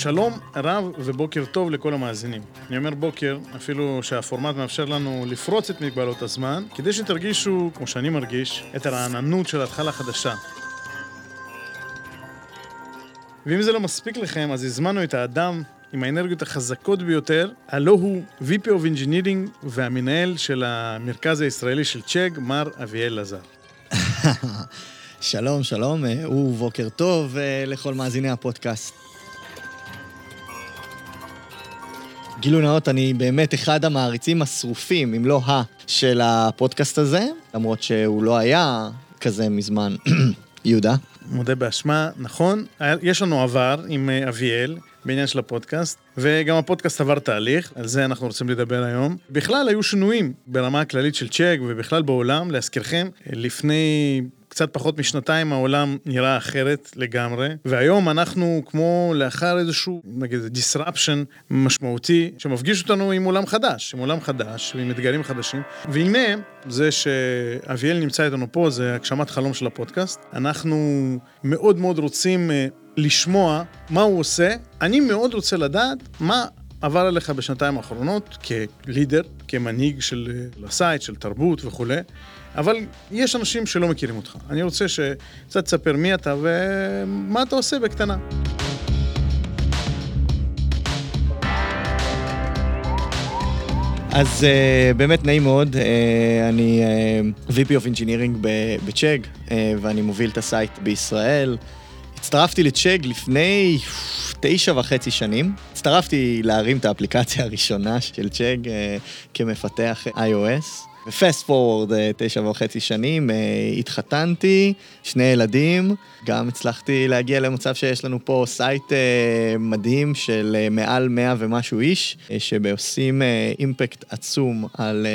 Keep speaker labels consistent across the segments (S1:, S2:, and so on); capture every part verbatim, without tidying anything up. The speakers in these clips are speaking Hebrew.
S1: שלום רב ובוקר טוב לכל המאזינים. אני אומר בוקר, אפילו שהפורמט מאפשר לנו לפרוץ את מגבלות הזמן, כדי שתרגישו, כמו שאני מרגיש, את הרעננות של התחלה חדשה. ואם זה לא מספיק לכם, אז הזמנו את האדם עם האנרגיות החזקות ביותר, הלא הוא וי פי of Engineering והמנהל של המרכז הישראלי של צ'ק, מר אביאל לזר.
S2: שלום, שלום, ובוקר טוב לכל מאזיני הפודקאסט. גילוי נאות, אני באמת אחד המעריצים השרופים, אם לא ה, של הפודקאסט הזה, למרות שהוא לא היה כזה מזמן. יהודה?
S1: מודה באשמה, נכון. יש לנו עבר עם אביאל בעניין של הפודקאסט, וגם הפודקאסט עבר תהליך, על זה אנחנו רוצים לדבר היום. בכלל היו שינויים ברמה הכללית של צ'ק ובכלל בעולם, להזכירכם, לפני קצת פחות משנתיים העולם נראה אחרת לגמרי, והיום אנחנו כמו לאחר איזשהו, נגיד, disruption משמעותי, שמפגיש אותנו עם עולם חדש, עם עולם חדש ועם אתגרים חדשים, והנה זה שאביאל נמצא איתנו פה, זה הגשמת חלום של הפודקאסט. אנחנו מאוד מאוד רוצים לשמוע מה הוא עושה. אני מאוד רוצה לדעת מה עבר עליך בשנתיים האחרונות כלידר, כמנהיג של הסייט, של תרבות וכו'. אבל יש אנשים שלא מכירים אותך. אני רוצה שקצת תספר מי אתה ומה אתה עושה בקטנה.
S2: אז uh, באמת נעים מאוד, uh, אני uh, וי פי of Engineering בצ'ק, uh, ואני מוביל את הסייט בישראל. הצטרפתי לצ'ק לפני תשע וחצי שנים. הצטרפתי להרים את האפליקציה הראשונה של צ'ק uh, כמפתח iOS. ופסט פורוורד, תשע וחצי שנים, התחתנתי, שני ילדים, גם הצלחתי להגיע למצב שיש לנו פה סייט מדהים של מעל מאה ומשהו איש, שעושים אימפקט עצום על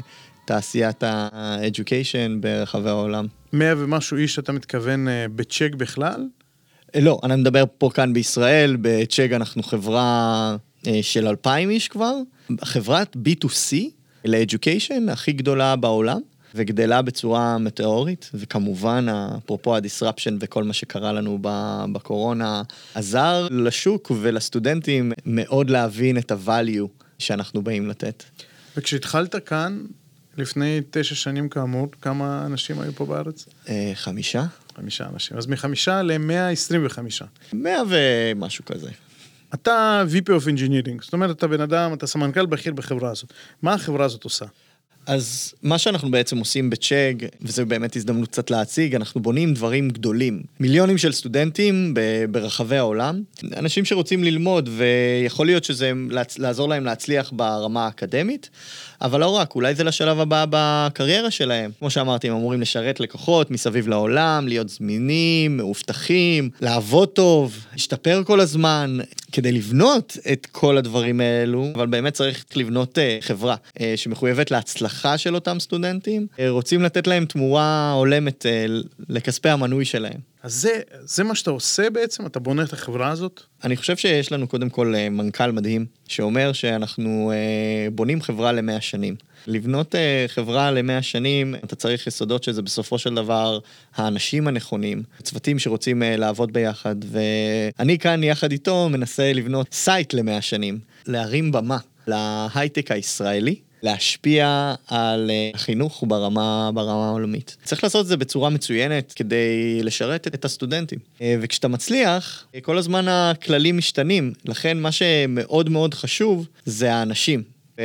S2: תעשיית ה-education ברחבי העולם.
S1: מאה ומשהו איש, אתה מתכוון בצ'ק בכלל?
S2: לא, אני מדבר פה כאן בישראל, בצ'ק אנחנו חברה של אלפיים איש כבר, חברת בי טו סי, ל-education הכי גדולה בעולם, וגדלה בצורה מטאורית, וכמובן, אפרופו ה-disruption וכל מה שקרה לנו בקורונה, עזר לשוק ולסטודנטים מאוד להבין את ה-value שאנחנו באים לתת.
S1: וכשהתחלת כאן, לפני תשע שנים כאמור, כמה אנשים היו פה בארץ?
S2: חמישה.
S1: חמישה אנשים. אז מחמישה ל-מאה עשרים וחמישה.
S2: מאה ומשהו כזה.
S1: אתה וי פי of Engineering, זאת אומרת, אתה בן אדם, אתה סמנכ"ל בכיר בחברה הזאת. מה החברה הזאת עושה?
S2: אז מה שאנחנו בעצם עושים בצ'ק, וזו באמת הזדמנות קצת להציג, אנחנו בונים דברים גדולים. מיליונים של סטודנטים ברחבי העולם, אנשים שרוצים ללמוד, ויכול להיות שזה לעזור להם להצליח ברמה האקדמית, אבל לא רק, אולי זה לשלב הבא בקריירה שלהם. כמו שאמרתי, הם אמורים לשרת לקוחות מסביב לעולם, להיות זמינים, מאובטחים, לעבוד טוב, להשתפר כל הזמן, כדי לבנות את כל הדברים האלו, אבל באמת צריך לבנות חברה שמחויבת להצלחה של אותם סטודנטים, רוצים לתת להם תמורה הולמת לכספי המנוי שלהם.
S1: אז זה, זה מה שאתה עושה בעצם? אתה בונה את החברה הזאת?
S2: אני חושב שיש לנו קודם כל מנכ"ל מדהים, שאומר שאנחנו בונים חברה למאה שנים. לבנות חברה למאה שנים, אתה צריך יסודות שזה בסופו של דבר האנשים הנכונים, צוותים שרוצים לעבוד ביחד, ואני כאן יחד איתו מנסה לבנות סייט למאה שנים, להרים במה להייטק הישראלי, להשפיע על החינוך ברמה, ברמה העולמית. צריך לעשות את זה בצורה מצוינת כדי לשרת את הסטודנטים. וכשאתה מצליח, כל הזמן הכללים משתנים. לכן מה שמאוד מאוד חשוב זה האנשים.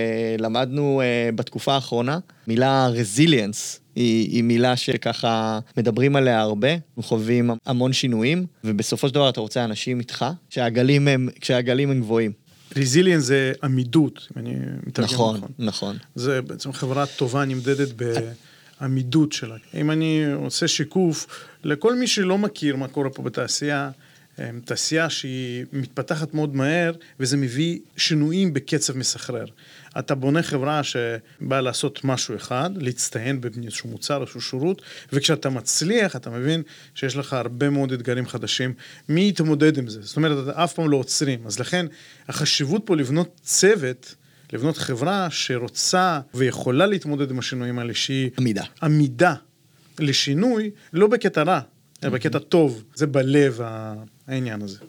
S2: למדנו בתקופה האחרונה, מילה resilience היא, היא מילה שככה מדברים עליה הרבה, אנחנו חווים המון שינויים, ובסופו של דבר אתה רוצה אנשים איתך, כשהגלים הם, כשהגלים הם גבוהים.
S1: רזיליאנס זה עמידות, אם אני מתרגם
S2: נכון,
S1: נכון.
S2: נכון.
S1: זה בעצם חברה טובה נמדדת בעמידות שלה. אם אני עושה שיקוף, לכל מי שלא מכיר מה קורה פה בתעשייה, תעשייה שהיא מתפתחת מאוד מהר, וזה מביא שינויים בקצב מסחרר. אתה בונה חברה שבאה לעשות משהו אחד, להצטיין באיזשהו מוצר, איזשהו שירות, וכשאתה מצליח, אתה מבין שיש לך הרבה מאוד אתגרים חדשים. מי יתמודד עם זה? זאת אומרת, אתה אף פעם לא עוצרים. אז לכן, החשיבות פה לבנות צוות, לבנות חברה שרוצה ויכולה להתמודד עם השינויים האלה, שהיא
S2: עמידה.
S1: עמידה לשינוי, לא בקטע רע, אלא בקטע טוב. זה בלב העניין הזה.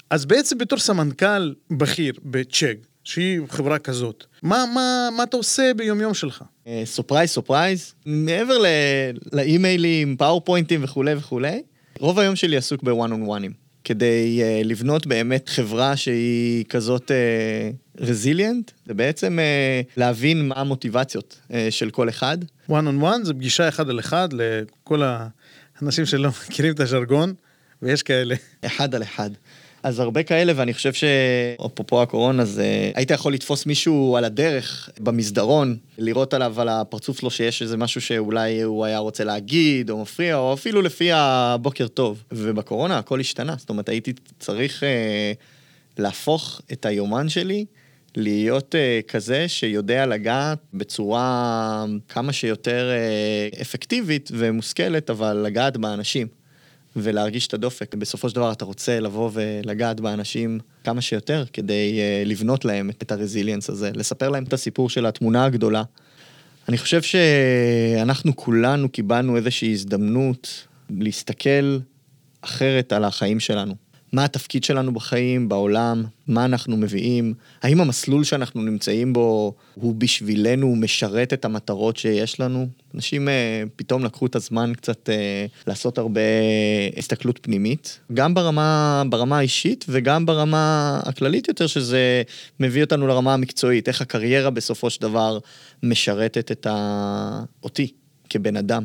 S1: אז בעצם בתור סמנכ"ל בכיר בצ'ק, שהיא חברה כזאת, מה, מה, מה אתה עושה ביום יום שלך?
S2: סופרייז, סופרייז. מעבר לאימיילים, פאורפוינטים וכו' וכו', רוב היום שלי עסוק בוואן און וואנים, כדי uh, לבנות באמת חברה שהיא כזאת רזיליאנט, uh, זה בעצם uh, להבין מה המוטיבציות uh, של כל אחד.
S1: וואן און וואן זה פגישה אחד על אחד לכל האנשים שלא מכירים את הז'רגון, ויש כאלה.
S2: אחד על אחד. אז הרבה כאלה, ואני חושב שאפרופו הקורונה, אז היית יכול לתפוס מישהו על הדרך, במסדרון, לראות עליו, על הפרצוף שלו, שיש איזה משהו שאולי הוא היה רוצה להגיד, או מפריע, או אפילו לפי הבוקר טוב. ובקורונה הכל השתנה, זאת אומרת, הייתי צריך אה, להפוך את היומן שלי, להיות אה, כזה שיודע לגעת בצורה כמה שיותר אה, אפקטיבית ומושכלת, אבל לגעת באנשים. ולהרגיש את הדופק. בסופו של דבר אתה רוצה לבוא ולגעת באנשים כמה שיותר, כדי uh, לבנות להם את הרזיליאנס הזה, לספר להם את הסיפור של התמונה הגדולה. אני חושב שאנחנו כולנו קיבלנו איזושהי הזדמנות להסתכל אחרת על החיים שלנו. מה התפקיד שלנו בחיים, בעולם, מה אנחנו מביאים, האם המסלול שאנחנו נמצאים בו הוא בשבילנו, משרת את המטרות שיש לנו. אנשים uh, פתאום לקחו את הזמן קצת uh, לעשות הרבה הסתכלות פנימית, גם ברמה, ברמה האישית וגם ברמה הכללית יותר, שזה מביא אותנו לרמה המקצועית, איך הקריירה בסופו של דבר משרתת את ה... אותי כבן אדם.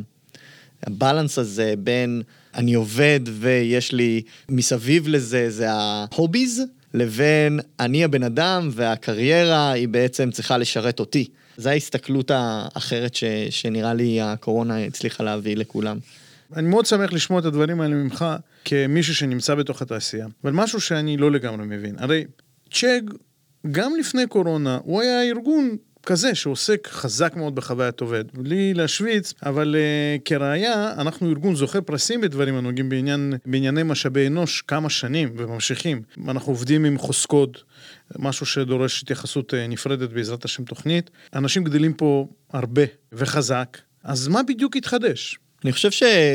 S2: הבלנס הזה בין אני עובד ויש לי מסביב לזה, זה ההוביז, לבין אני הבן אדם והקריירה היא בעצם צריכה לשרת אותי. זו ההסתכלות האחרת ש, שנראה לי הקורונה הצליחה להביא לכולם.
S1: אני מאוד שמח לשמוע את הדברים האלה ממך כמישהו שנמצא בתוך התעשייה, אבל משהו שאני לא לגמרי מבין. הרי צ'ק, גם לפני קורונה, הוא היה ארגון כזה שעוסק חזק מאוד בחוויית עובד. בלי להשוויץ, אבל uh, כראיה, אנחנו ארגון זוכה פרסים בדברים הנוגעים בעניין, בענייני משאבי אנוש כמה שנים וממשיכים. אנחנו עובדים עם חוסקוד, משהו שדורש התייחסות uh, נפרדת בעזרת השם תוכנית. אנשים גדלים פה הרבה וחזק, אז מה בדיוק התחדש?
S2: אני חושב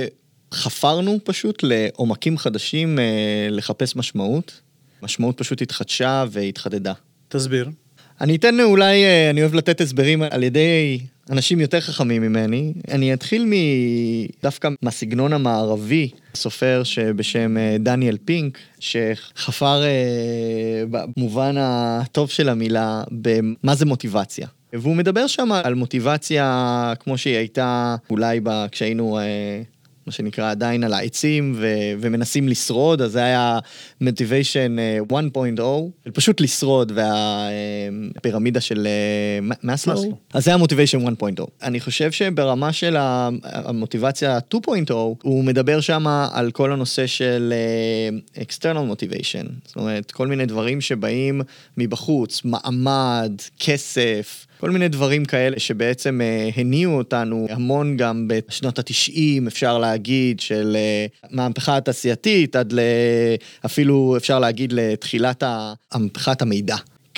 S2: שחפרנו פשוט לעומקים חדשים uh, לחפש משמעות. משמעות פשוט התחדשה והתחדדה.
S1: תסביר.
S2: אני אתן אולי, אני אוהב לתת הסברים על ידי אנשים יותר חכמים ממני. אני אתחיל דווקא מהסגנון המערבי, סופר שבשם דניאל פינק, שחפר במובן הטוב של המילה במה זה מוטיבציה. והוא מדבר שם על מוטיבציה כמו שהיא הייתה אולי כשהיינו מה שנקרא עדיין על העצים ו- ומנסים לשרוד, אז זה היה motivation אחת נקודה אפס, פשוט לשרוד, והפירמידה של מאסלו. אז זה היה motivation אחת נקודה אפס. אני חושב שברמה של המוטיבציה שתיים נקודה אפס, הוא מדבר שם על כל הנושא של external motivation, זאת אומרת, כל מיני דברים שבאים מבחוץ, מעמד, כסף, כל מיני דברים כאלה שבעצם uh, הניעו אותנו המון גם בשנות ה-תשעים, אפשר להגיד, של uh, מהפכה התעשייתית, עד ל... אפילו אפשר להגיד לתחילת המהפכת המידע.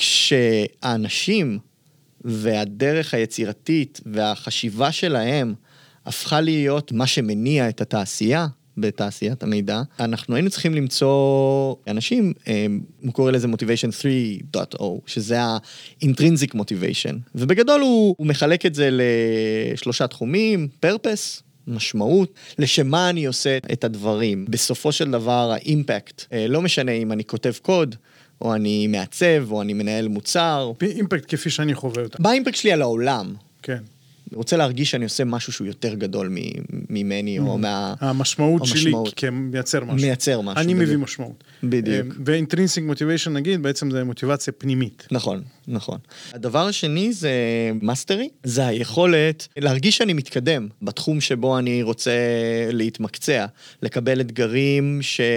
S2: כשהאנשים והדרך היצירתית והחשיבה שלהם הפכה להיות מה שמניע את התעשייה, בתעשיית המידע, אנחנו היינו צריכים למצוא אנשים, הוא קורא לזה motivation שלוש נקודה אפס, שזה ה-intrinsic motivation, ובגדול הוא, הוא מחלק את זה לשלושה תחומים, purpose, משמעות, לשמה אני עושה את הדברים. בסופו של דבר, האימפקט, לא משנה אם אני כותב קוד, או אני מעצב, או אני מנהל מוצר.
S1: אימפקט כפי שאני חווה אותה.
S2: מה האימפקט שלי על העולם?
S1: כן.
S2: אני רוצה להרגיש שאני עושה משהו שהוא יותר גדול ממני, או מה...
S1: המשמעות שלי כמייצר משהו.
S2: מייצר משהו.
S1: אני מביא משמעות.
S2: בדיוק.
S1: ואינטרינסיק מוטיביישן, נגיד, בעצם זה מוטיבציה פנימית.
S2: נכון, נכון. הדבר השני זה מאסטרי, זה היכולת להרגיש שאני מתקדם בתחום שבו אני רוצה להתמקצע, לקבל אתגרים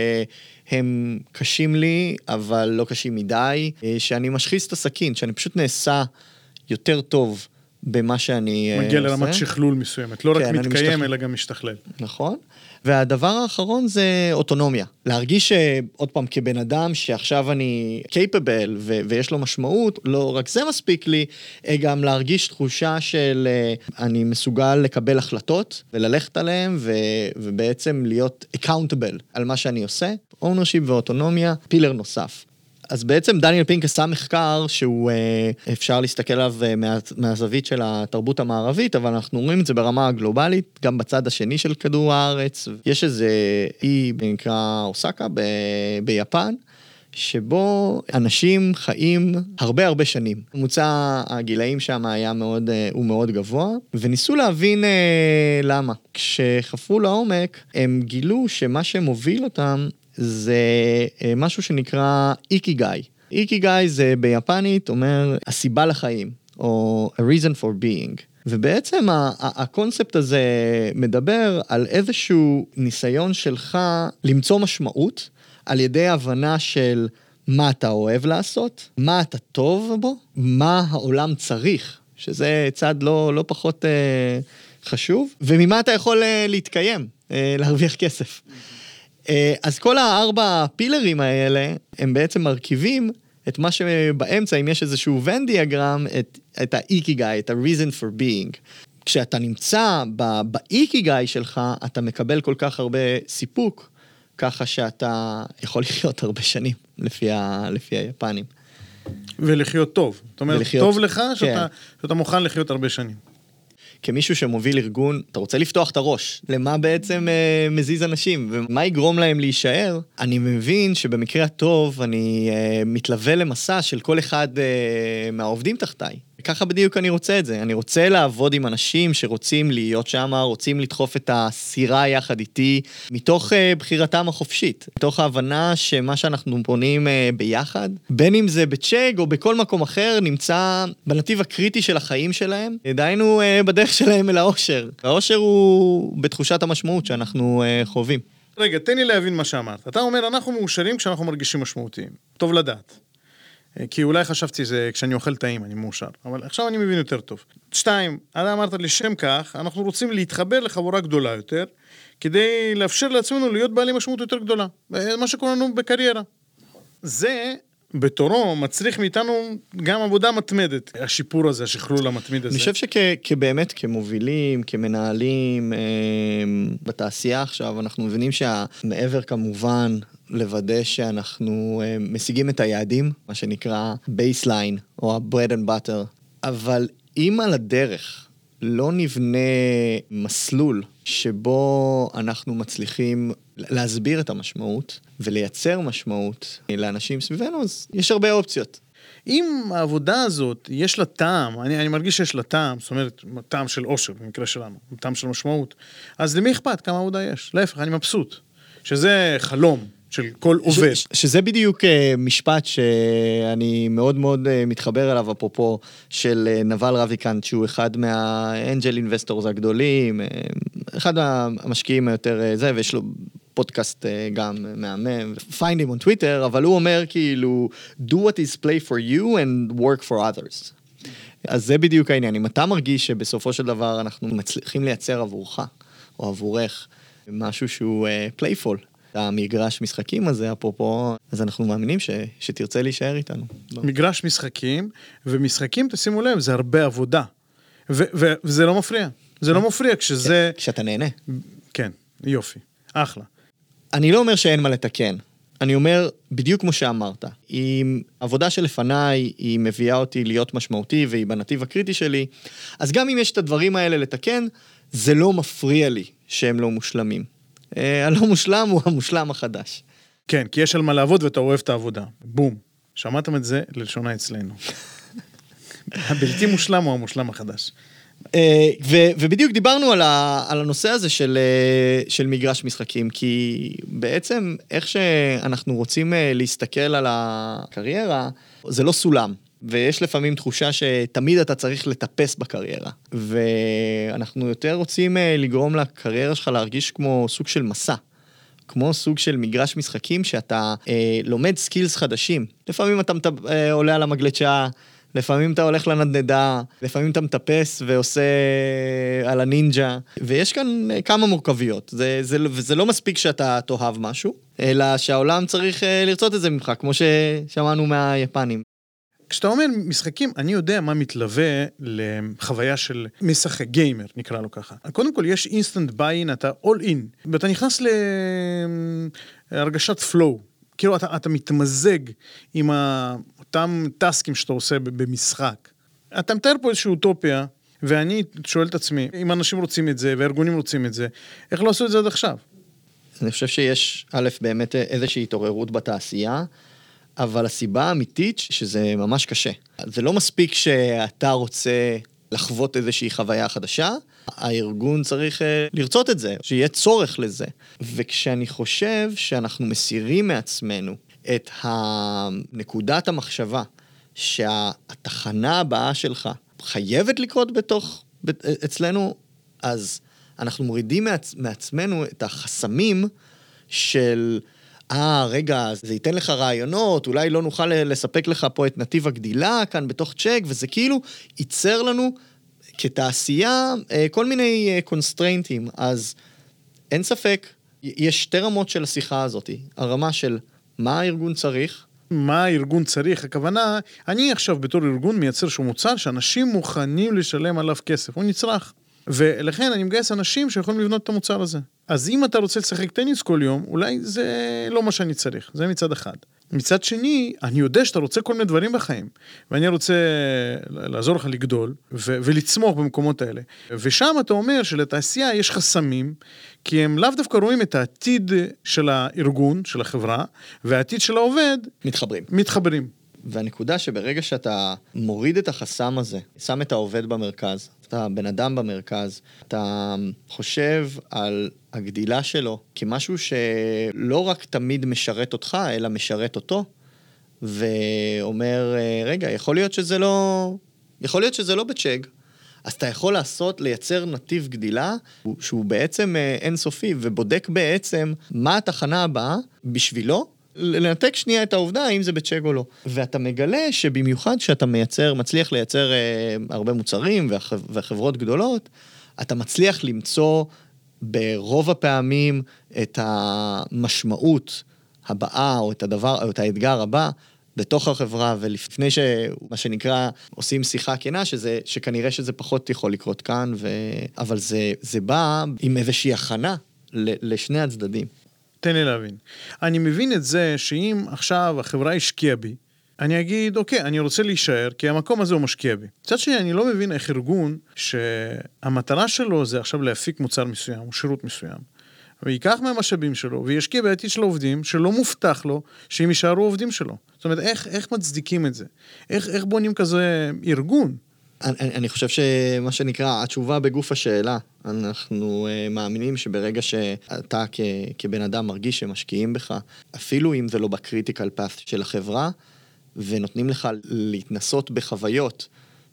S2: שהם קשים לי, אבל לא קשים מדי, שאני משחיס את הסכין, שאני פשוט נעשה יותר טוב במה שאני
S1: מגיע
S2: עושה.
S1: לרמת שכלול מסוימת, לא רק
S2: כן, אני
S1: מתקיים,
S2: משתכלל.
S1: אלא גם משתכלל.
S2: נכון. והדבר האחרון זה אוטונומיה. להרגיש ש- עוד פעם, כבן אדם שעכשיו אני capable ו- ויש לו משמעות, לא רק זה מספיק לי, אה, גם להרגיש תחושה של אה, אני מסוגל לקבל החלטות וללכת עליהן ו- ובעצם להיות accountable על מה שאני עושה. ownership ואוטונומיה, פילר נוסף. אז בעצם דניאל פינק עשה מחקר שהוא אה, אפשר להסתכל עליו אה, מה, מהזווית של התרבות המערבית, אבל אנחנו רואים את זה ברמה הגלובלית, גם בצד השני של כדור הארץ. יש איזה אי נקרא אוסקה ב, ביפן, שבו אנשים חיים הרבה הרבה שנים. ממוצע הגילאים שם היה מאוד, אה, הוא מאוד גבוה, וניסו להבין אה, למה. כשחפרו לעומק, הם גילו שמה שמוביל אותם, זה משהו שנקרא איקיגאי. איקיגאי זה ביפנית אומר הסיבה לחיים, או a reason for being. ובעצם הקונספט הזה מדבר על איזשהו ניסיון שלך למצוא משמעות, על ידי הבנה של מה אתה אוהב לעשות, מה אתה טוב בו, מה העולם צריך, שזה צד לא, לא פחות אה, חשוב, וממה אתה יכול אה, להתקיים, אה, להרוויח כסף. אז כל הארבע פילרים האלה, הם בעצם מרכיבים את מה שבאמצע, אם יש איזשהו ון דיאגרם, את, את האיקיגאי, את ה-reason for being. כשאתה נמצא באיקיגאי שלך, אתה מקבל כל כך הרבה סיפוק, ככה שאתה יכול לחיות הרבה שנים, לפי, ה, לפי היפנים.
S1: ולחיות טוב. זאת אומרת,
S2: ולחיות,
S1: טוב לך שאתה,
S2: כן.
S1: שאתה מוכן לחיות הרבה שנים.
S2: כמישהו שמוביל ארגון, אתה רוצה לפתוח את הראש, למה בעצם אה, מזיז אנשים, ומה יגרום להם להישאר? אני מבין שבמקרה הטוב, אני אה, מתלווה למסע של כל אחד אה, מהעובדים תחתיי. ככה בדיוק אני רוצה את זה. אני רוצה לעבוד עם אנשים שרוצים להיות שם, רוצים לדחוף את הסירה יחד איתי, מתוך uh, בחירתם החופשית, מתוך ההבנה שמה שאנחנו פונים uh, ביחד, בין אם זה בצ'ג או בכל מקום אחר, נמצא בנתיב הקריטי של החיים שלהם, דהיינו uh, בדרך שלהם אל האושר. האושר הוא בתחושת המשמעות שאנחנו uh, חווים.
S1: רגע, תן לי להבין מה שאמרת. אתה אומר, אנחנו מאושרים כשאנחנו מרגישים משמעותיים. טוב לדעת. כי אולי חשבתי זה כשאני אוכל טעים, אני מאושר. אבל עכשיו אני מבין יותר טוב. שתיים, אתה אמרת לשם כך, אנחנו רוצים להתחבר לחבורה גדולה יותר, כדי לאפשר לעצמנו להיות בעלי משמעות יותר גדולה. מה שקורה לנו בקריירה. זה, בתורו, מצריך מאיתנו גם עבודה מתמדת. השיפור הזה, השכלול המתמיד הזה.
S2: אני חושב שכבאמת, כמובילים, כמנהלים, בתעשייה עכשיו, אנחנו מבינים שהמעבר כמובן, לוודא שאנחנו uh, משיגים את היעדים, מה שנקרא baseline, או ה-bread and butter, אבל אם על הדרך לא נבנה מסלול שבו אנחנו מצליחים להסביר את המשמעות, ולייצר משמעות לאנשים סביבנו, אז יש הרבה אופציות.
S1: אם העבודה הזאת, יש לה טעם, אני, אני מרגיש שיש לה טעם, זאת אומרת, טעם של אושר, במקרה שלנו, טעם של משמעות, אז למי אכפת כמה עבודה יש? להפך, אני מבסוט, שזה חלום. של כל עובד.
S2: ש, שזה בדיוק uh, משפט שאני מאוד מאוד uh, מתחבר אליו, אפרופו של uh, נבל רביקנט, שהוא אחד מהאנג'ל אינבסטורס הגדולים, uh, אחד מהמשקיעים היותר uh, זה, ויש לו פודקאסט uh, גם מהמם, find him on Twitter, אבל הוא אומר כאילו, do what is play for you and work for others. אז זה בדיוק העניין. אם אתה מרגיש שבסופו של דבר אנחנו מצליחים לייצר עבורך, או עבורך, משהו שהוא uh, playful, המגרש משחקים הזה, אפרופו, אז אנחנו מאמינים ש, שתרצה להישאר איתנו.
S1: מגרש משחקים, ומשחקים, תשימו לב, זה הרבה עבודה. ו- ו- וזה לא מפריע. זה לא מפריע כשזה...
S2: כשאתה נהנה.
S1: כן, יופי. אחלה.
S2: אני לא אומר שאין מה לתקן. אני אומר, בדיוק כמו שאמרת, אם עבודה שלפניי היא מביאה אותי להיות משמעותי, והיא בנתיב הקריטי שלי, אז גם אם יש את הדברים האלה לתקן, זה לא מפריע לי שהם לא מושלמים. הלא מושלם הוא המושלם החדש.
S1: כן, כי יש על מה לעבוד ואתה אוהב את העבודה. בום. שמעתם את זה ללשונה אצלנו. הבלתי מושלם הוא המושלם החדש.
S2: ובדיוק דיברנו על הנושא הזה של מגרש משחקים, כי בעצם איך שאנחנו רוצים להסתכל על הקריירה, זה לא סולם. ויש לפעמים תחושה שתמיד אתה צריך לטפס בקריירה. ואנחנו יותר רוצים לגרום לקריירה שלך להרגיש כמו סוג של מסע. כמו סוג של מגרש משחקים שאתה אה, לומד סקילס חדשים. לפעמים אתה אה, עולה על המגלצ'ה לפעמים אתה הולך לנדנדה, לפעמים אתה מטפס ועושה על הנינג'ה, ויש כאן כמה מורכביות. זה, זה, וזה לא מספיק שאתה תאהב משהו, אלא שהעולם צריך לרצות את זה ממך, כמו ששמענו מהיפנים.
S1: כשאתה אומר משחקים, אני יודע מה מתלווה לחוויה של משחק גיימר, נקרא לו ככה. קודם כל, יש אינסטנט ביין, אתה all in, ואתה נכנס להרגשת flow. כאילו, אתה, אתה מתמזג עם אותם טסקים שאתה עושה במשחק. אתה מתאר פה איזושהי אוטופיה, ואני שואל את עצמי, אם אנשים רוצים את זה, והארגונים רוצים את זה, איך לא עשו את זה עד עכשיו?
S2: אני חושב שיש, א', באמת איזושהי התעוררות בתעשייה, אבל הסיבה האמיתית שזה ממש קשה. זה לא מספיק שאתה רוצה לחוות איזושהי חוויה חדשה, הארגון צריך לרצות את זה, שיהיה צורך לזה. וכשאני חושב שאנחנו מסירים מעצמנו את נקודת המחשבה שהתחנה הבאה שלך חייבת לקרות בתוך, אצלנו, אז אנחנו מורידים מעצ, מעצמנו את החסמים של... אה, רגע, זה ייתן לך רעיונות, אולי לא נוכל לספק לך פה את נתיב הגדילה כאן בתוך צ'ק, וזה כאילו ייצר לנו כתעשייה כל מיני קונסטריינטים. אז אין ספק, יש שתי רמות של השיחה הזאת. הרמה של מה הארגון צריך.
S1: מה הארגון צריך? הכוונה, אני עכשיו בתור ארגון מייצר שהוא מוצר שאנשים מוכנים לשלם עליו כסף, הוא נצרך. ולכן אני מגייס אנשים שיכולים לבנות את המוצר הזה. אז אם אתה רוצה לשחק טניס כל יום, אולי זה לא מה שאני צריך. זה מצד אחד. מצד שני, אני יודע שאתה רוצה כל מיני דברים בחיים, ואני רוצה לעזור לך לגדול, ו- ולצמוח במקומות האלה. ושם אתה אומר שלתעשייה יש חסמים, כי הם לאו דווקא רואים את העתיד של הארגון, של החברה, והעתיד של העובד...
S2: מתחברים.
S1: מתחברים.
S2: והנקודה שברגע שאתה מוריד את החסם הזה, שם את העובד במרכז, אתה בן אדם במרכז, אתה חושב על הגדילה שלו כמשהו שלא רק תמיד משרת אותך, אלא משרת אותו, ואומר, רגע, יכול להיות שזה לא, יכול להיות שזה לא בצ'ק, אז אתה יכול לעשות, לייצר נתיב גדילה, שהוא בעצם אינסופי, ובודק בעצם מה התחנה הבאה בשבילו, לנתק שנייה את העובדה, האם זה בצ'ק או לא. ואתה מגלה שבמיוחד שאתה מייצר, מצליח לייצר אה, הרבה מוצרים והחב, והחברות גדולות, אתה מצליח למצוא ברוב הפעמים את המשמעות הבאה, או את הדבר, או את האתגר הבא, בתוך החברה, ולפני שמה שנקרא, עושים שיחה כנה, שזה, שכנראה שזה פחות יכול לקרות כאן, ו... אבל זה, זה בא עם איזושהי הכנה לשני הצדדים.
S1: תן לי להבין. אני מבין את זה שאם עכשיו החברה השקיעה בי, אני אגיד, אוקיי, אני רוצה להישאר, כי המקום הזה הוא משקיע בי. קצת שני, אני לא מבין איך ארגון שהמטרה שלו זה עכשיו להפיק מוצר מסוים, או שירות מסוים, ויקח מהמשאבים שלו, וישקיע בעתיד של העובדים, שלא מובטח לו, שהם יישארו עובדים שלו. זאת אומרת, איך, איך מצדיקים את זה? איך, איך בונים כזה ארגון?
S2: אני, אני חושב שמה שנקרא, התשובה בגוף השאלה, אנחנו uh, מאמינים שברגע שאתה כ, כבן אדם מרגיש שמשקיעים בך, אפילו אם זה לא בקריטיקל פאת' של החברה, ונותנים לך להתנסות בחוויות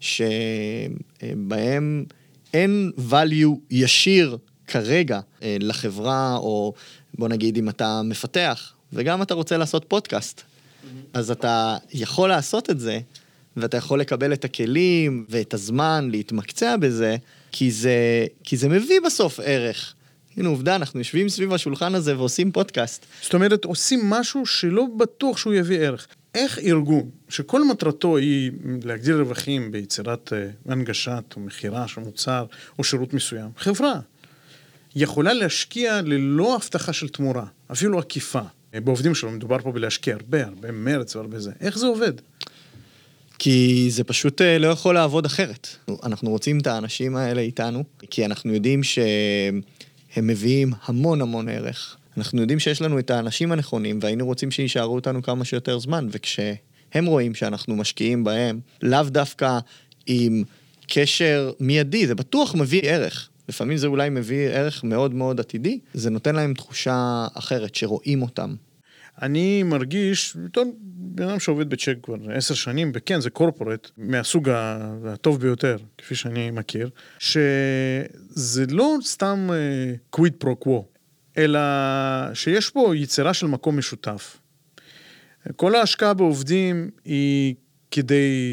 S2: שבהם אין value ישיר כרגע uh, לחברה, או בוא נגיד אם אתה מפתח, וגם אתה רוצה לעשות פודקאסט, mm-hmm. אז אתה יכול לעשות את זה, ואתה יכול לקבל את הכלים ואת הזמן להתמקצע בזה, כי זה, כי זה מביא בסוף ערך. הנה עובדה, אנחנו יושבים סביב השולחן הזה ועושים פודקאסט.
S1: זאת אומרת, עושים משהו שלא בטוח שהוא יביא ערך. איך ארגון, שכל מטרתו היא להגדיר רווחים ביצירת הנגשת או מחירה של מוצר או שירות מסוים, חברה, יכולה להשקיע ללא הבטחה של תמורה, אפילו עקיפה. בעובדים שלו מדובר פה בלהשקיע הרבה, הרבה מרץ והרבה זה. איך זה עובד?
S2: כי זה פשוט לא יכול לעבוד אחרת. אנחנו רוצים את האנשים האלה איתנו, כי אנחנו יודעים שהם מביאים המון המון ערך. אנחנו יודעים שיש לנו את האנשים הנכונים, והיינו רוצים שישארו אותנו כמה שיותר זמן, וכשהם רואים שאנחנו משקיעים בהם, לאו דווקא עם קשר מיידי, זה בטוח מביא ערך. לפעמים זה אולי מביא ערך מאוד מאוד עתידי, זה נותן להם תחושה אחרת, שרואים אותם.
S1: אני מרגיש, בן אדם שעובד בצ'ק כבר עשר שנים, וכן, זה קורפורט, מהסוג הטוב ביותר, כפי שאני מכיר, שזה לא סתם קוויד פרו קוו, אלא שיש פה יצירה של מקום משותף. כל ההשקעה בעובדים היא כדי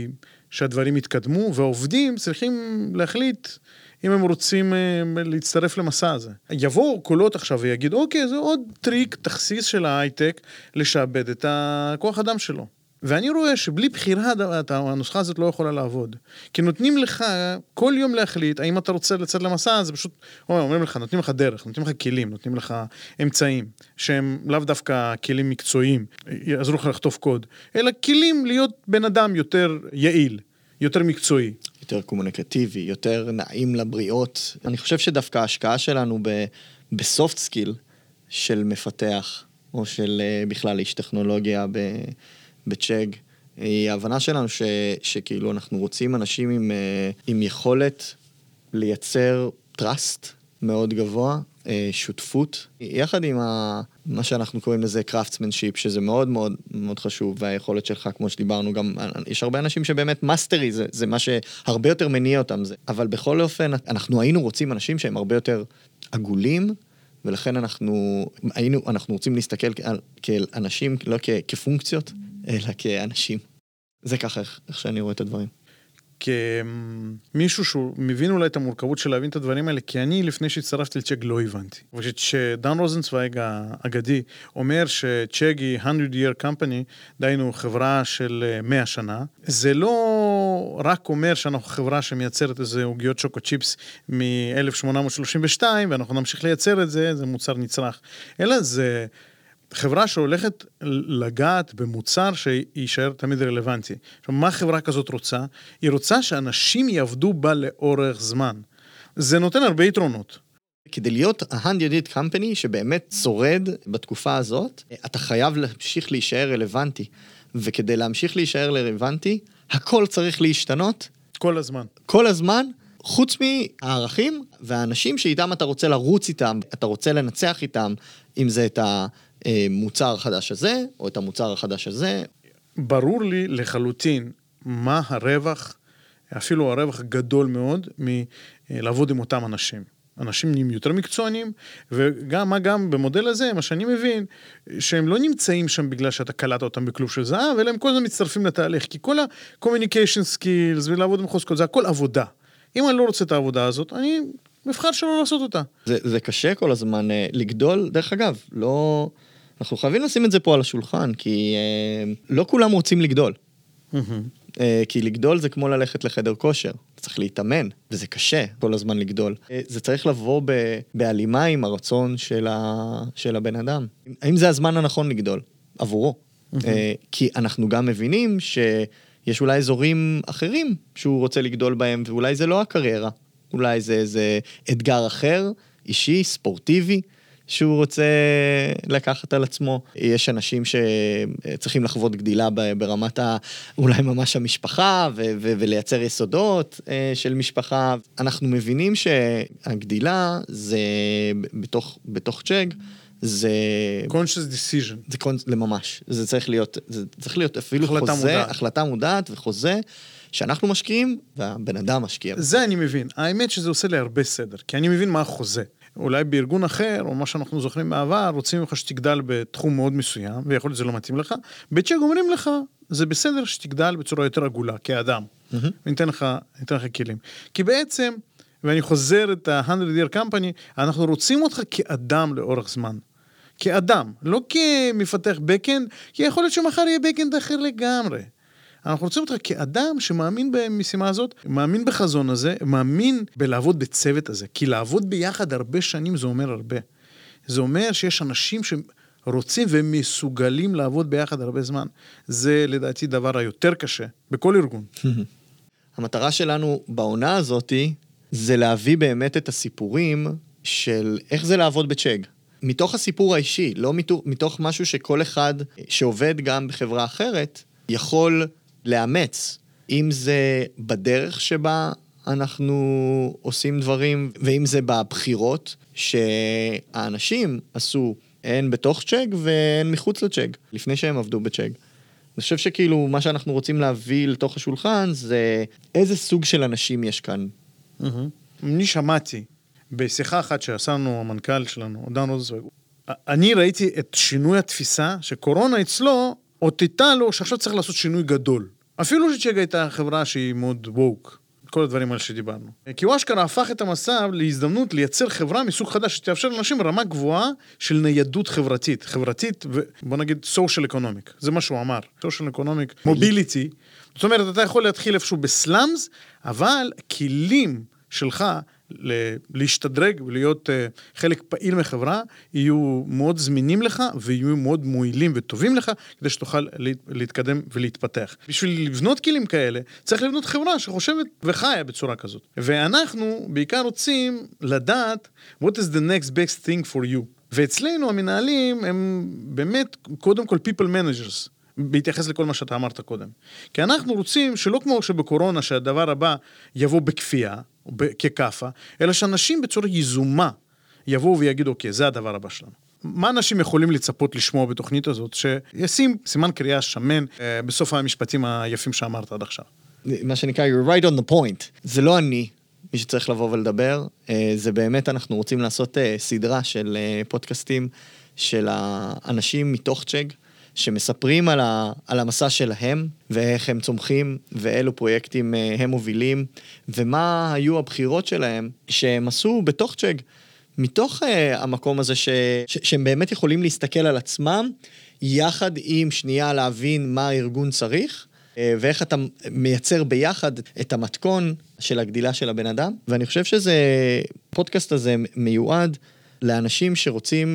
S1: שהדברים יתקדמו, והעובדים צריכים להחליט אם הם רוצים להצטרף למסע הזה. יבואו קולות עכשיו ויגיד, אוקיי, זה עוד טריק, תכסיס של ההייטק, לשעבד את הכוח אדם שלו. ואני רואה שבלי בחירה הנוסחה הזאת לא יכולה לעבוד. כי נותנים לך כל יום להחליט, האם אתה רוצה לצאת למסע, זה פשוט, אומרים לך, נותנים לך דרך, נותנים לך כלים, נותנים לך אמצעים, שהם לאו דווקא כלים מקצועיים, יעזרו לך לכתוב קוד, אלא כלים להיות בן אדם יותר יעיל, יותר מקצועי.
S2: יותר קומוניקטיבי, יותר נעים לבריאות. אני חושב שדווקא ההשקעה שלנו בסופט סקיל של מפתח, או של בכלל איש טכנולוגיה בצ'ג, היא ההבנה שלנו ש, שכאילו אנחנו רוצים אנשים עם, עם יכולת לייצר trust מאוד גבוה, שותפות, יחד עם ה, מה שאנחנו קוראים לזה craftsmanship, שזה מאוד מאוד מאוד חשוב, והיכולת שלך, כמו שדיברנו, גם יש הרבה אנשים שבאמת מאסטרי, זה, זה מה שהרבה יותר מניע אותם, זה. אבל בכל אופן, אנחנו היינו רוצים אנשים שהם הרבה יותר עגולים, ולכן אנחנו, היינו, אנחנו רוצים להסתכל כאל, כאל אנשים, לא כ, כפונקציות, אלא כאנשים. זה ככה איך, איך שאני רואה את הדברים.
S1: כמישהו שהוא מבין אולי את המורכבות של להבין את הדברים האלה, כי אני לפני שהצטרפתי לצ'ג לא הבנתי. ושדן רוזנצוויג האגדי אומר שצ'ג היא one hundred year company, דיינו חברה של מאה שנה, זה לא רק אומר שאנחנו חברה שמייצרת איזה עוגיות שוקו צ'יפס מ-אלף שמונה מאות שלושים ושתיים, ואנחנו נמשיך לייצר את זה, זה מוצר נצרך, אלא זה חברה שהולכת לגעת במוצר שישאר תמיד רלוונטי. עכשיו, מה חברה כזאת רוצה? היא רוצה שאנשים יעבדו בה לאורך זמן. זה נותן הרבה יתרונות.
S2: כדי להיות ה-one-hundred company שבאמת שורד בתקופה הזאת, אתה חייב להמשיך להישאר רלוונטי. וכדי להמשיך להישאר רלוונטי, הכל צריך להשתנות.
S1: כל הזמן.
S2: כל הזמן, חוץ מהערכים והאנשים שאיתם אתה רוצה לרוץ איתם, אתה רוצה לנצח איתם, אם זה את ה... מוצר החדש הזה, או את המוצר החדש הזה.
S1: ברור לי לחלוטין מה הרווח, אפילו הרווח גדול מאוד, מלעבוד עם אותם אנשים. אנשים נהיים יותר מקצוענים, וגם מה גם במודל הזה, מה שאני מבין, שהם לא נמצאים שם בגלל שאתה קלעת אותם בכלוב של זהב, אלא הם כל הזמן מצטרפים לתהליך, כי כל ה-communication skills ולעבוד עם חוזקות, זה הכל עבודה. אם אני לא רוצה את העבודה הזאת, אני מבחר שלא לעשות אותה.
S2: זה, זה קשה כל הזמן לגדול, דרך אגב, לא... אנחנו חייבים לשים את זה פה על השולחן, כי אה, לא כולם רוצים לגדול. Mm-hmm. אה, כי לגדול זה כמו ללכת לחדר כושר. צריך להתאמן, וזה קשה כל הזמן לגדול. אה, זה צריך לבוא ב, בהלימה עם הרצון של, ה, של הבן אדם. האם זה הזמן הנכון לגדול? עבורו. Mm-hmm. אה, כי אנחנו גם מבינים שיש אולי אזורים אחרים שהוא רוצה לגדול בהם, ואולי זה לא הקריירה. אולי זה איזה אתגר אחר, אישי, ספורטיבי, שהוא רוצה לקחת על עצמו. יש אנשים שצריכים לחוות גדילה ברמת ה, אולי ממש המשפחה, ו- ו- ולייצר יסודות של משפחה. אנחנו מבינים שהגדילה זה בתוך, בתוך צ'ג, זה...
S1: conscious decision.
S2: זה קונ... לממש. זה צריך להיות, זה צריך להיות אפילו
S1: החלטה
S2: חוזה,
S1: מודעת.
S2: החלטה מודעת וחוזה, שאנחנו משקיעים, והבן אדם משקיע.
S1: זה אני מבין. האמת שזה עושה לי הרבה סדר, כי אני מבין מה החוזה. אולי בארגון אחר, או מה שאנחנו זוכרים בעבר, רוצים לך שתגדל בתחום מאוד מסוים, ויכול להיות שזה לא מתאים לך. בצ'ק אומרים לך, זה בסדר שתגדל בצורה יותר עגולה, כאדם. Mm-hmm. וניתן לך, ניתן לך כלים. כי בעצם, ואני חוזר את ה-one hundred year company, אנחנו רוצים אותך כאדם לאורך זמן. כאדם, לא כמפתח בקאנד, כי יכול להיות שמחר יהיה בקאנד אחר לגמרי. אנחנו רוצים אותך כאדם שמאמין במשימה הזאת, מאמין בחזון הזה, מאמין בלעבוד בצוות הזה, כי לעבוד ביחד הרבה שנים זה אומר הרבה. זה אומר שיש אנשים שרוצים ומסוגלים לעבוד ביחד הרבה זמן. זה לדעתי דבר היותר קשה, בכל ארגון.
S2: המטרה שלנו בעונה הזאת, זה להביא באמת את הסיפורים של איך זה לעבוד בצ'ג. מתוך הסיפור האישי, לא מתוך, מתוך משהו שכל אחד שעובד גם בחברה אחרת, יכול לאמץ, אם זה בדרך שבה אנחנו עושים דברים, ואם זה בבחירות שהאנשים עשו, הן בתוך צ'ג והן מחוץ לצ'ג, לפני שהם עבדו בצ'ג. אני חושב שכאילו מה שאנחנו רוצים להביא לתוך השולחן, זה איזה סוג של אנשים יש כאן.
S1: אני שמעתי, בשיחה אחת שעשינו המנכ"ל שלנו, דן רוזנצוויג, אני ראיתי את שינוי התפיסה, שקורונה אצלו, אותתה לו שעכשיו צריך לעשות שינוי גדול. אפילו שצ'ק הייתה חברה שהיא מאוד ווק, כל הדברים האלה שדיברנו. כי הוא אשכרה הפך את המצב להזדמנות לייצר חברה מסוג חדש, שתאפשר לאנשים רמה גבוהה של ניידות חברתית. חברתית, ובוא נגיד social economic. זה מה שהוא אמר. social economic, mobility. זאת אומרת, אתה יכול להתחיל איפשהו בסלאמס, אבל כלים שלך להשתדרג ולהיות חלק פעיל מחברה, יהיו מאוד זמינים לך, ויהיו מאוד מועילים וטובים לך, כדי שתוכל להתקדם ולהתפתח. בשביל לבנות כלים כאלה, צריך לבנות חברה שחושבת וחיה בצורה כזאת. ואנחנו בעיקר רוצים לדעת, what is the next best thing for you? ואצלנו המנהלים הם באמת, קודם כל people managers, בהתייחס לכל מה שאתה אמרת קודם. כי אנחנו רוצים שלא כמו שבקורונה שהדבר הבא יבוא בכפייה, או כקפה, אלא שאנשים בצורה יזומה יבואו ויגידו, אוקיי, זה הדבר הבא שלנו. מה אנשים יכולים לצפות לשמוע בתוכנית הזאת, שישים סימן קריאה שמן אה, בסוף המשפטים היפים שאמרת עד עכשיו?
S2: מה שנקרא, you're right on the point. זה לא אני, מי שצריך לבוא ולדבר, אה, זה באמת אנחנו רוצים לעשות אה, סדרה של אה, פודקאסטים של האנשים מתוך צ'ק, שמספרים על, ה, על המסע שלהם, ואיך הם צומחים, ואילו פרויקטים הם מובילים, ומה היו הבחירות שלהם, שהם עשו בתוך צ'ק, מתוך uh, המקום הזה, ש, ש, שהם באמת יכולים להסתכל על עצמם, יחד עם שנייה להבין מה הארגון צריך, uh, ואיך אתה מייצר ביחד את המתכון של הגדילה של הבן אדם, ואני חושב שזה, פודקאסט הזה מיועד לאנשים שרוצים...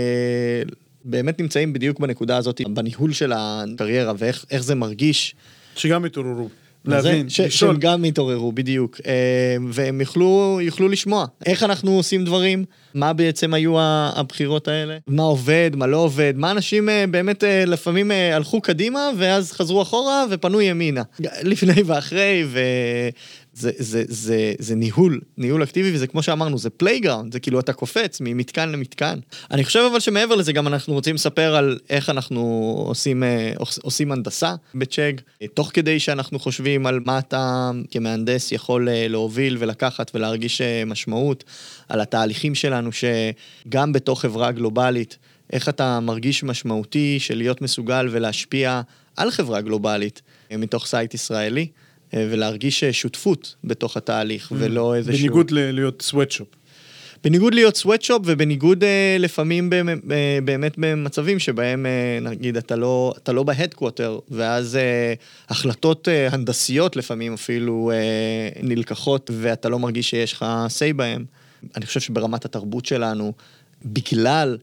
S2: Uh, באמת נמצאים בדיוק בנקודה הזאת, בניהול של הקריירה, ואיך איך זה מרגיש.
S1: שגם יתעוררו, להבין,
S2: ש, שהם גם יתעוררו, בדיוק. והם יוכלו, יוכלו לשמוע. איך אנחנו עושים דברים, מה בעצם היו הבחירות האלה, מה עובד, מה לא עובד, מה אנשים באמת לפעמים הלכו קדימה, ואז חזרו אחורה ופנו ימינה. לפני ואחרי, ו... זה, זה, זה, זה ניהול, ניהול אקטיבי, וזה כמו שאמרנו, זה פלייגראונד, זה כאילו אתה קופץ ממתקן למתקן. אני חושב אבל שמעבר לזה גם אנחנו רוצים לספר על איך אנחנו עושים, עושים הנדסה בצ'ק, תוך כדי שאנחנו חושבים על מה אתה כמהנדס יכול להוביל ולקחת ולהרגיש משמעות, על התהליכים שלנו שגם בתוך חברה גלובלית, איך אתה מרגיש משמעותי של להיות מסוגל ולהשפיע על חברה גלובלית מתוך סייט ישראלי. ולהרגיש שותפות בתוך התהליך, ולא איזשהו...
S1: בניגוד להיות סוואטשופ.
S2: בניגוד להיות סוואטשופ, ובניגוד לפעמים באמת במצבים שבהם, נגיד, אתה לא, אתה לא בהדקווטר, ואז החלטות הנדסיות לפעמים אפילו נלקחות, ואתה לא מרגיש שיש לך say בהם. אני חושב שברמת התרבות שלנו, בגלל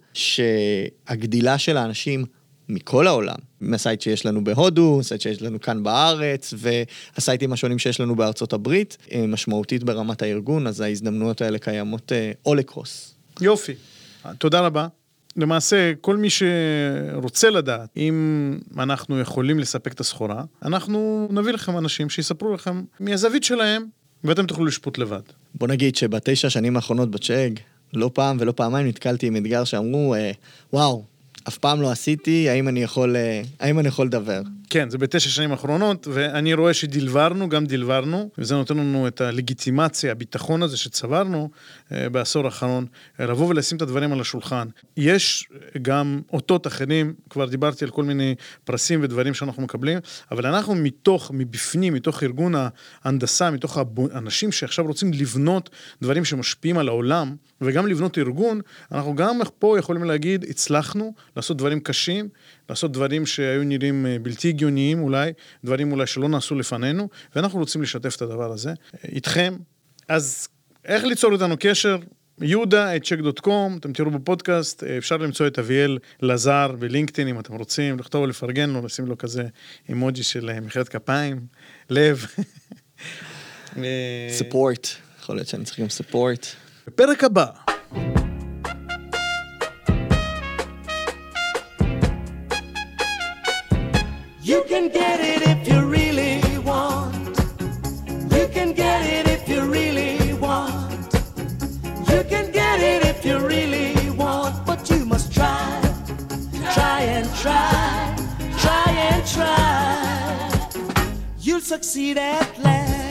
S2: שהגדילה של האנשים מכל העולם, מהסייט שיש לנו בהודו, הסייט שיש לנו כאן בארץ, והסייטים השונים שיש לנו בארצות הברית, משמעותית ברמת הארגון, אז ההזדמנויות האלה קיימות all across.
S1: יופי, תודה רבה. למעשה, כל מי שרוצה לדעת אם אנחנו יכולים לספק את הסחורה, אנחנו נביא לכם אנשים שיספרו לכם מהזווית שלהם, ואתם תוכלו לשפוט לבד.
S2: בוא נגיד שבתשע שנים האחרונות בצ'ק, לא פעם ולא פעמיים נתקלתי עם אתגר שאמרו, וואו, אף פעם לא עשיתי, האם אני יכול, האם אני יכול לדבר?
S1: כן, זה בתשע שנים האחרונות, ואני רואה שדלברנו, גם דלברנו, וזה נותן לנו את הלגיטימציה, הביטחון הזה שצברנו בעשור האחרון, לבוא ולשים את הדברים על השולחן. יש גם אותות אחרים, כבר דיברתי על כל מיני פרסים ודברים שאנחנו מקבלים, אבל אנחנו מתוך, מבפנים, מתוך ארגון ההנדסה, מתוך האנשים שעכשיו רוצים לבנות דברים שמשפיעים על העולם, וגם לבנות ארגון, אנחנו גם פה יכולים להגיד, הצלחנו לעשות דברים קשים, לעשות דברים שהיו נראים בלתי הגיוניים אולי, דברים אולי שלא נעשו לפנינו, ואנחנו רוצים לשתף את הדבר הזה איתכם. אז איך ליצור איתנו קשר? יהודה את צ'ק דוט קום, אתם תראו בפודקאסט, אפשר למצוא את אביאל לזר בלינקדאין אם אתם רוצים, לכתוב ולפרגן לו, לשים לו כזה אימוג'י של מחיאות כפיים, לב.
S2: ספורט, יכול להיות שאני צריך גם ספורט.
S1: בפרק הבא.
S3: You can get it if you really want. You can get it if you really want. You can get it if you really want. But you must try, try and try, try and try. You'll succeed at last.